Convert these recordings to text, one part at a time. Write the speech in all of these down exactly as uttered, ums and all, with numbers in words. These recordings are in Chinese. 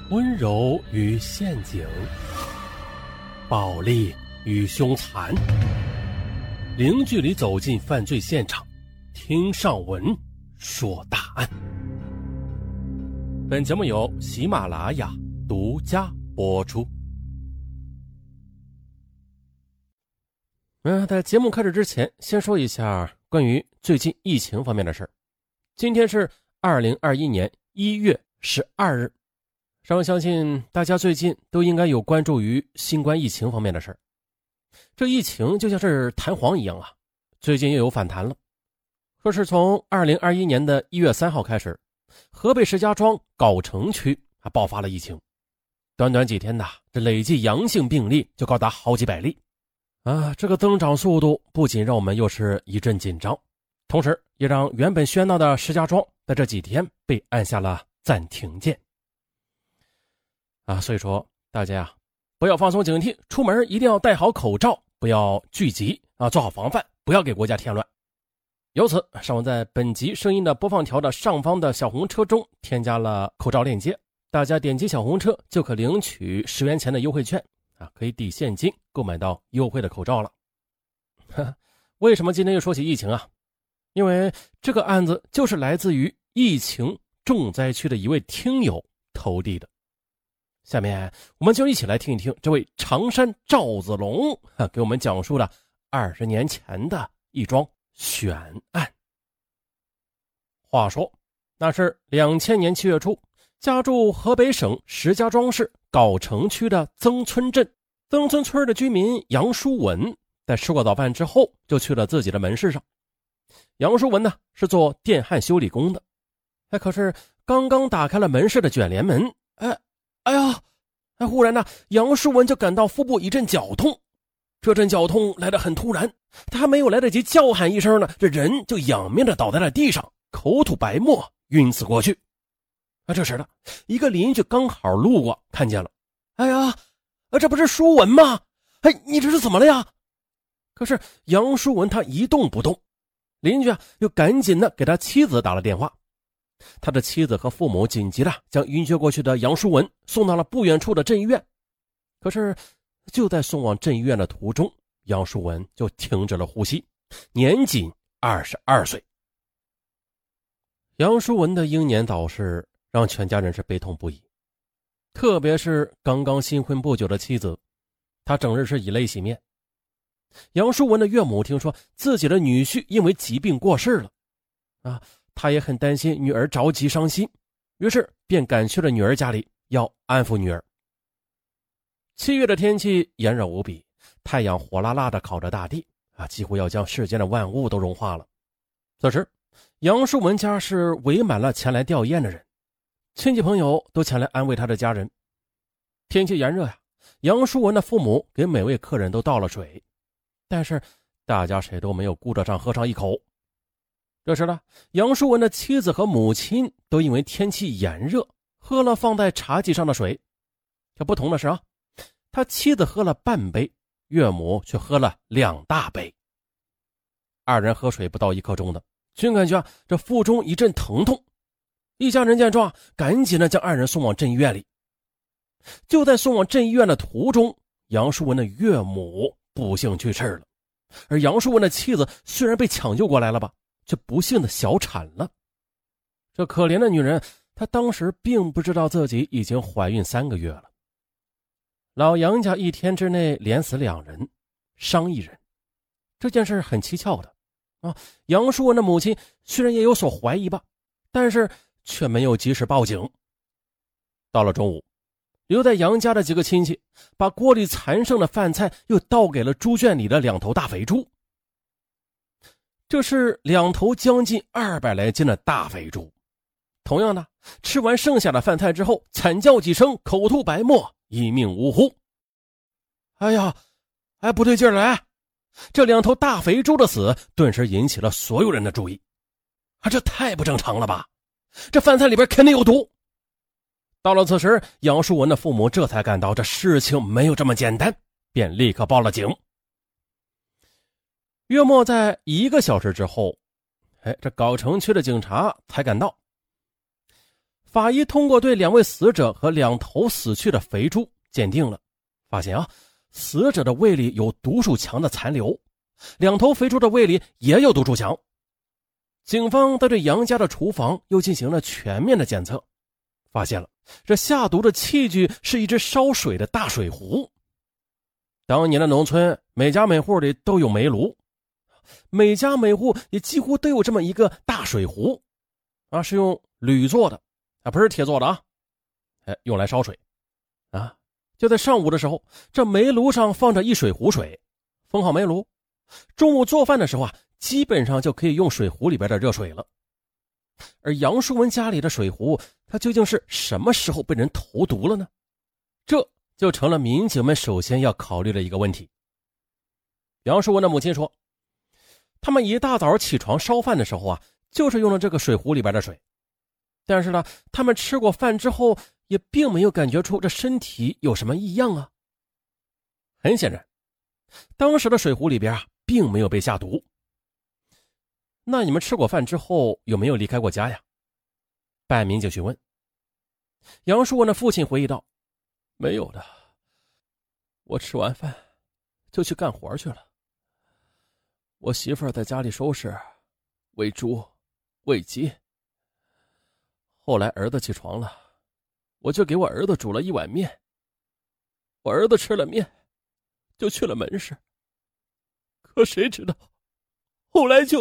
温柔与陷阱，暴力与凶残，零距离走进犯罪现场，听上文说大案。本节目由喜马拉雅独家播出。嗯，在节目开始之前，先说一下关于最近疫情方面的事儿。今天是二零二一年一月十二日。我相信大家最近都应该有关注于新冠疫情方面的事儿。这疫情就像是弹簧一样啊，最近又有反弹了。说是从二零二一年的一月三号开始，河北石家庄藁城区还爆发了疫情。短短几天呐，这累计阳性病例就高达好几百例。啊，这个增长速度不仅让我们又是一阵紧张，同时也让原本喧闹的石家庄在这几天被按下了暂停键。啊，所以说大家呀，不要放松警惕，出门一定要戴好口罩，不要聚集啊，做好防范，不要给国家添乱。由此，上文在本集声音的播放条的上方的小红车中添加了口罩链接，大家点击小红车就可领取十元钱的优惠券啊，可以抵现金购买到优惠的口罩了。为什么今天又说起疫情啊？因为这个案子就是来自于疫情重灾区的一位听友投递的。下面我们就一起来听一听这位常山赵子龙给我们讲述了二十年前的一桩悬案。话说那是两千年七月初，家住河北省石家庄市藁城区的曾村镇，曾村村的居民杨书文在吃过早饭之后就去了自己的门市上。杨书文呢是做电焊修理工的，哎，可是刚刚打开了门市的卷帘门，哎哎呀！哎，忽然呢，杨书文就感到腹部一阵绞痛。这阵绞痛来得很突然，他还没有来得及叫喊一声呢，这人就仰面的倒在了地上，口吐白沫，晕死过去。啊，这时呢，一个邻居刚好路过，看见了。哎呀，这不是书文吗？哎，你这是怎么了呀？可是杨书文他一动不动，邻居啊又赶紧的给他妻子打了电话。他的妻子和父母紧急的将晕厥过去的杨书文送到了不远处的镇医院。可是就在送往镇医院的途中，杨书文就停止了呼吸，年仅二十二岁。杨书文的英年早逝让全家人是悲痛不已，特别是刚刚新婚不久的妻子，她整日是以泪洗面。杨书文的岳母听说自己的女婿因为疾病过世了啊，他也很担心女儿着急伤心，于是便赶去了女儿家里，要安抚女儿。七月的天气炎热无比，太阳火辣辣的烤着大地啊，几乎要将世间的万物都融化了。此时杨书文家是围满了前来吊唁的人，亲戚朋友都前来安慰他的家人。天气炎热呀，杨书文的父母给每位客人都倒了水，但是大家谁都没有顾得上喝上一口。这时呢，杨书文的妻子和母亲都因为天气炎热，喝了放在茶几上的水。这不同的是啊，他妻子喝了半杯，岳母却喝了两大杯。二人喝水不到一刻钟的，均感觉啊这腹中一阵疼痛。一家人见状，赶紧的将二人送往镇医院里。就在送往镇医院的途中，杨书文的岳母不幸去世了，而杨书文的妻子虽然被抢救过来了吧，却不幸的小产了。这可怜的女人，她当时并不知道自己已经怀孕三个月了。老杨家一天之内连死两人，伤一人，这件事很蹊跷的啊。杨书文的母亲虽然也有所怀疑吧，但是却没有及时报警。到了中午，留在杨家的几个亲戚把锅里残剩的饭菜又倒给了猪圈里的两头大肥猪。这是两头将近二百来斤的大肥猪，同样的，吃完剩下的饭菜之后，惨叫几声，口吐白沫，一命呜呼。哎呀，哎，不对劲儿来！这两头大肥猪的死顿时引起了所有人的注意。啊，这太不正常了吧！这饭菜里边肯定有毒。到了此时，杨书文的父母这才感到这事情没有这么简单，便立刻报了警。约莫在一个小时之后，哎，这藁城区的警察才赶到。 法医通过对两位死者和两头死去的肥猪鉴定了，发现啊，死者的胃里有毒素强的残留，两头肥猪的胃里也有毒素强。警方在对杨家的厨房又进行了全面的检测，发现了这下毒的器具是一只烧水的大水壶。当年的农村，每家每户里都有煤炉，每家每户也几乎都有这么一个大水壶，啊，是用铝做的，啊，不是铁做的啊，哎，用来烧水。啊，就在上午的时候，这煤炉上放着一水壶水，封好煤炉。中午做饭的时候啊，基本上就可以用水壶里边的热水了。而杨淑文家里的水壶，它究竟是什么时候被人投毒了呢？这就成了民警们首先要考虑的一个问题。杨淑文的母亲说，他们一大早起床烧饭的时候啊，就是用了这个水壶里边的水。但是呢，他们吃过饭之后，也并没有感觉出这身体有什么异样啊。很显然，当时的水壶里边啊，并没有被下毒。那你们吃过饭之后，有没有离开过家呀？办案民警询问。杨淑文的父亲回忆道，没有的，我吃完饭就去干活去了。我媳妇儿在家里收拾，喂猪，喂鸡。后来儿子起床了，我就给我儿子煮了一碗面。我儿子吃了面，就去了门市。可谁知道，后来就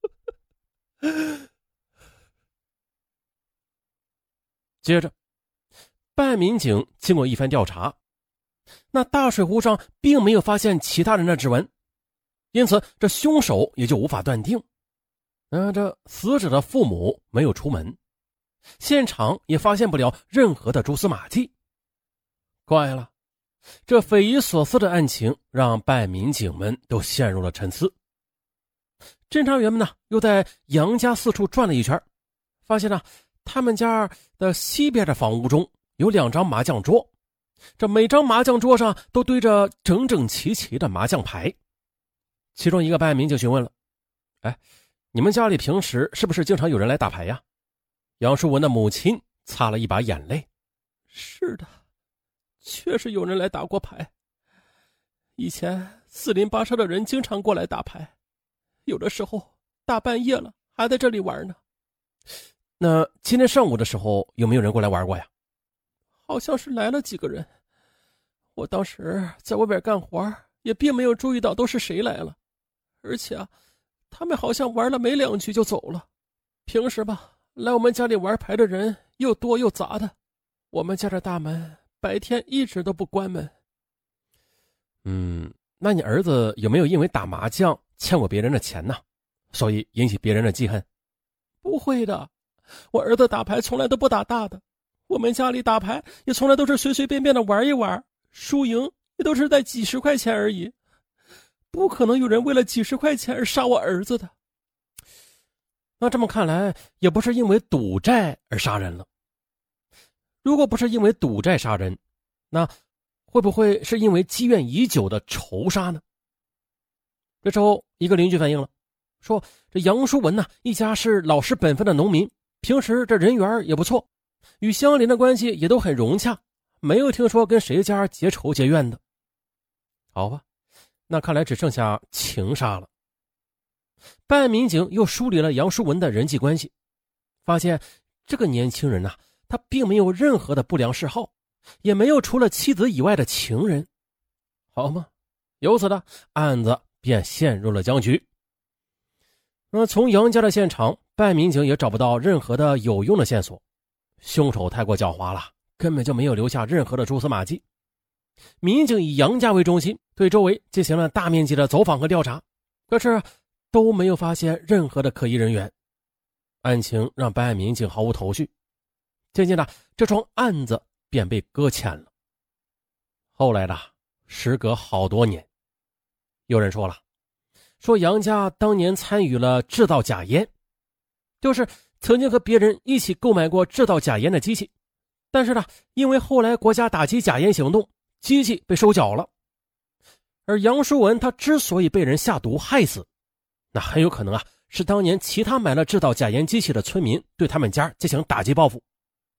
接着，办案民警经过一番调查，那大水壶上并没有发现其他人的指纹，因此这凶手也就无法断定。那这死者的父母没有出门，现场也发现不了任何的蛛丝马迹。怪了，这匪夷所思的案情让办案民警们都陷入了沉思。侦查员们呢，又在杨家四处转了一圈，发现呢，他们家的西边的房屋中有两张麻将桌，这每张麻将桌上都堆着整整齐齐的麻将牌。其中一个办案民警询问了，哎，你们家里平时是不是经常有人来打牌呀？杨淑文的母亲擦了一把眼泪，是的，确实有人来打过牌。以前四邻八舍的人经常过来打牌，有的时候大半夜了还在这里玩呢。那今天上午的时候有没有人过来玩过呀？好像是来了几个人，我当时在外边干活，也并没有注意到都是谁来了。而且啊，他们好像玩了没两局就走了。平时吧，来我们家里玩牌的人又多又杂的，我们家的大门白天一直都不关门。嗯，那你儿子有没有因为打麻将欠过别人的钱呢？所以引起别人的记恨？不会的，我儿子打牌从来都不打大的，我们家里打牌也从来都是随随便便的玩一玩，输赢也都是在几十块钱而已，不可能有人为了几十块钱而杀我儿子的。那这么看来，也不是因为赌债而杀人了。如果不是因为赌债杀人，那会不会是因为积怨已久的仇杀呢？这时候一个邻居反映了，说这杨淑文呢，一家是老实本分的农民，平时这人缘也不错，与相邻的关系也都很融洽，没有听说跟谁家结仇结怨的。好吧，那看来只剩下情杀了。办案民警又梳理了杨淑文的人际关系，发现这个年轻人呐、啊，他并没有任何的不良嗜好，也没有除了妻子以外的情人。好吗？由此呢，案子便陷入了僵局。那从杨家的现场，办案民警也找不到任何的有用的线索，凶手太过狡猾了，根本就没有留下任何的蛛丝马迹。民警以杨家为中心，对周围进行了大面积的走访和调查，可是都没有发现任何的可疑人员。案情让办案民警毫无头绪，渐渐的，这桩案子便被搁浅了。后来的时隔好多年，有人说了，说杨家当年参与了制造假烟，就是曾经和别人一起购买过制造假烟的机器，但是呢，因为后来国家打击假烟行动，机器被收缴了。而杨淑文他之所以被人下毒害死，那很有可能啊，是当年其他买了制造假烟机器的村民对他们家进行打击报复。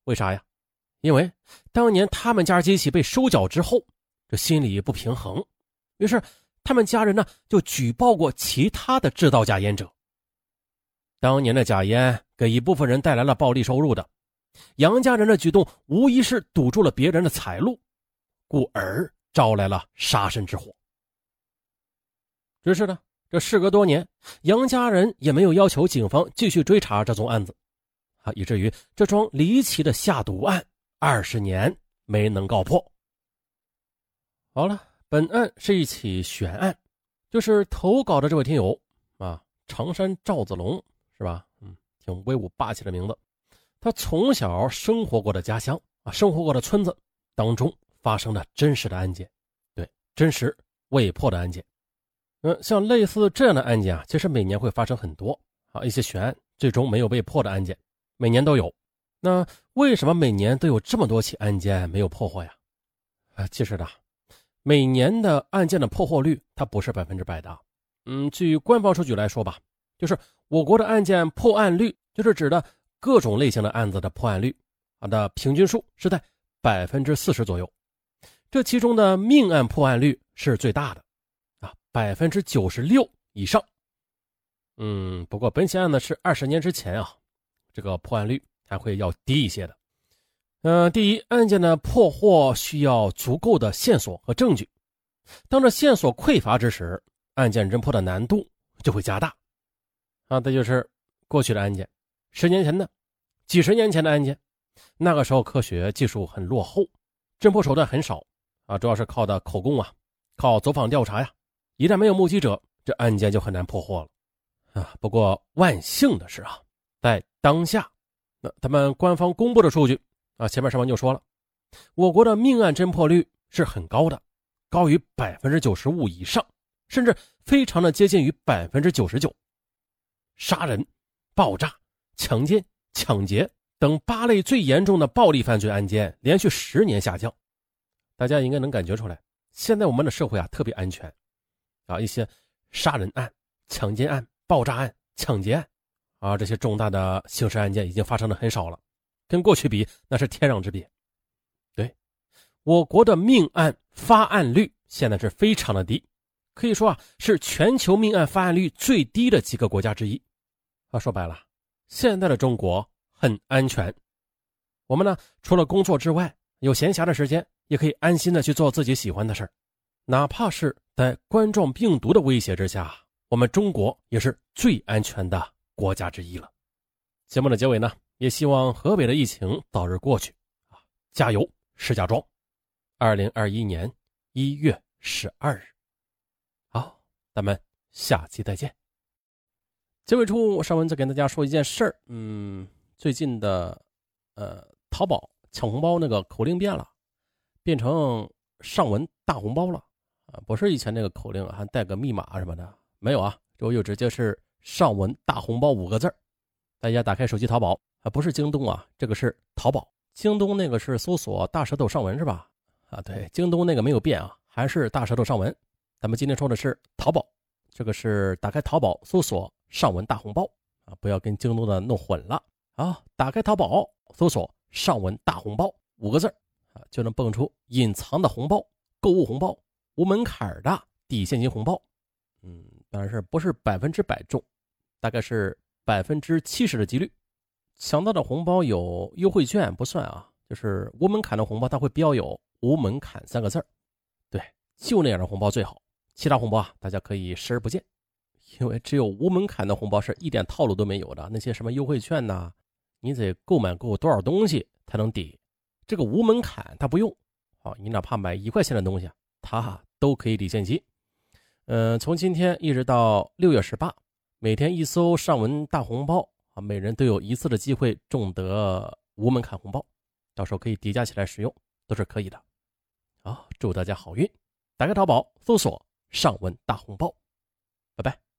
为啥呀？因为当年他们家机器被收缴之后，这心里不平衡，于是他们家人呢就举报过其他的制造假烟者。当年的假烟给一部分人带来了暴利收入的，杨家人的举动无疑是堵住了别人的财路，故而招来了杀身之祸。只是呢，这事隔多年，杨家人也没有要求警方继续追查这宗案子啊，以至于这桩离奇的下毒案二十年没能告破。好了，本案是一起悬案，就是投稿的这位听友啊，常山赵子龙是吧？嗯，挺威武霸气的名字。他从小生活过的家乡啊，生活过的村子当中发生了真实的案件，对，真实未破的案件。嗯，像类似这样的案件啊，其实每年会发生很多啊，一些悬案最终没有被破的案件，每年都有。那为什么每年都有这么多起案件没有破获呀？啊，其实的，每年的案件的破获率它不是百分之百的。嗯，据官方数据来说吧，就是我国的案件破案率，就是指的各种类型的案子的破案率啊的平均数是在百分之四十左右。这其中的命案破案率是最大的啊，百分之九十六以上。嗯，不过本起案呢是二十年之前啊，这个破案率还会要低一些的。呃，第一，案件的破获需要足够的线索和证据。当这线索匮乏之时，案件侦破的难度就会加大。啊，这就是过去的案件，十年前的、几十年前的案件，那个时候科学技术很落后，侦破手段很少啊，主要是靠的口供啊，靠走访调查呀。一旦没有目击者，这案件就很难破获了。啊，不过万幸的是啊，在当下，那他们官方公布的数据啊，前面上文就说了，我国的命案侦破率是很高的，高于百分之九十五以上，甚至非常的接近于百分之九十九。杀人、爆炸、强奸、抢劫等八类最严重的暴力犯罪案件连续十年下降。大家应该能感觉出来，现在我们的社会啊特别安全啊，一些杀人案、强奸案、爆炸案、抢劫案啊，这些重大的刑事案件已经发生的很少了，跟过去比那是天壤之别。对，我国的命案发案率现在是非常的低，可以说啊是全球命案发案率最低的几个国家之一。啊，说白了，现在的中国很安全。我们呢，除了工作之外，有闲暇的时间也可以安心的去做自己喜欢的事儿，哪怕是在冠状病毒的威胁之下，我们中国也是最安全的国家之一了。节目的结尾呢，也希望河北的疫情早日过去啊！加油，石家庄！二零二一年一月十二日，好，咱们下期再见。结尾处，上文再跟大家说一件事儿，嗯，最近的呃淘宝抢红包那个口令变了，变成上文大红包了啊，不是以前那个口令还带个密码什么的，没有啊，这回就直接是上文大红包五个字。大家打开手机淘宝啊，不是京东啊，这个是淘宝。京东那个是搜索大舌头上文是吧？啊，对，京东那个没有变啊，还是大舌头上文。咱们今天说的是淘宝，这个是打开淘宝搜索上文大红包啊，不要跟京东的弄混了啊。打开淘宝搜索上文大红包五个字啊，就能蹦出隐藏的红包、购物红包、无门槛的抵现金红包。嗯，当然是不是百分之百中，大概是百分之七十的几率。抢到的红包有优惠券不算啊，就是无门槛的红包它会标有无门槛三个字儿。对，就那样的红包最好，其他红包啊大家可以视而不见，因为只有无门槛的红包是一点套路都没有的，那些什么优惠券呐、啊，你得购买够多少东西才能抵，这个无门槛它不用啊，你哪怕买一块钱的东西它都可以抵现金。呃，从今天一直到六月十八，每天一搜上文大红包啊，每人都有一次的机会中得无门槛红包，到时候可以叠加起来使用，都是可以的。好，祝大家好运！打开淘宝搜索上文大红包，拜拜。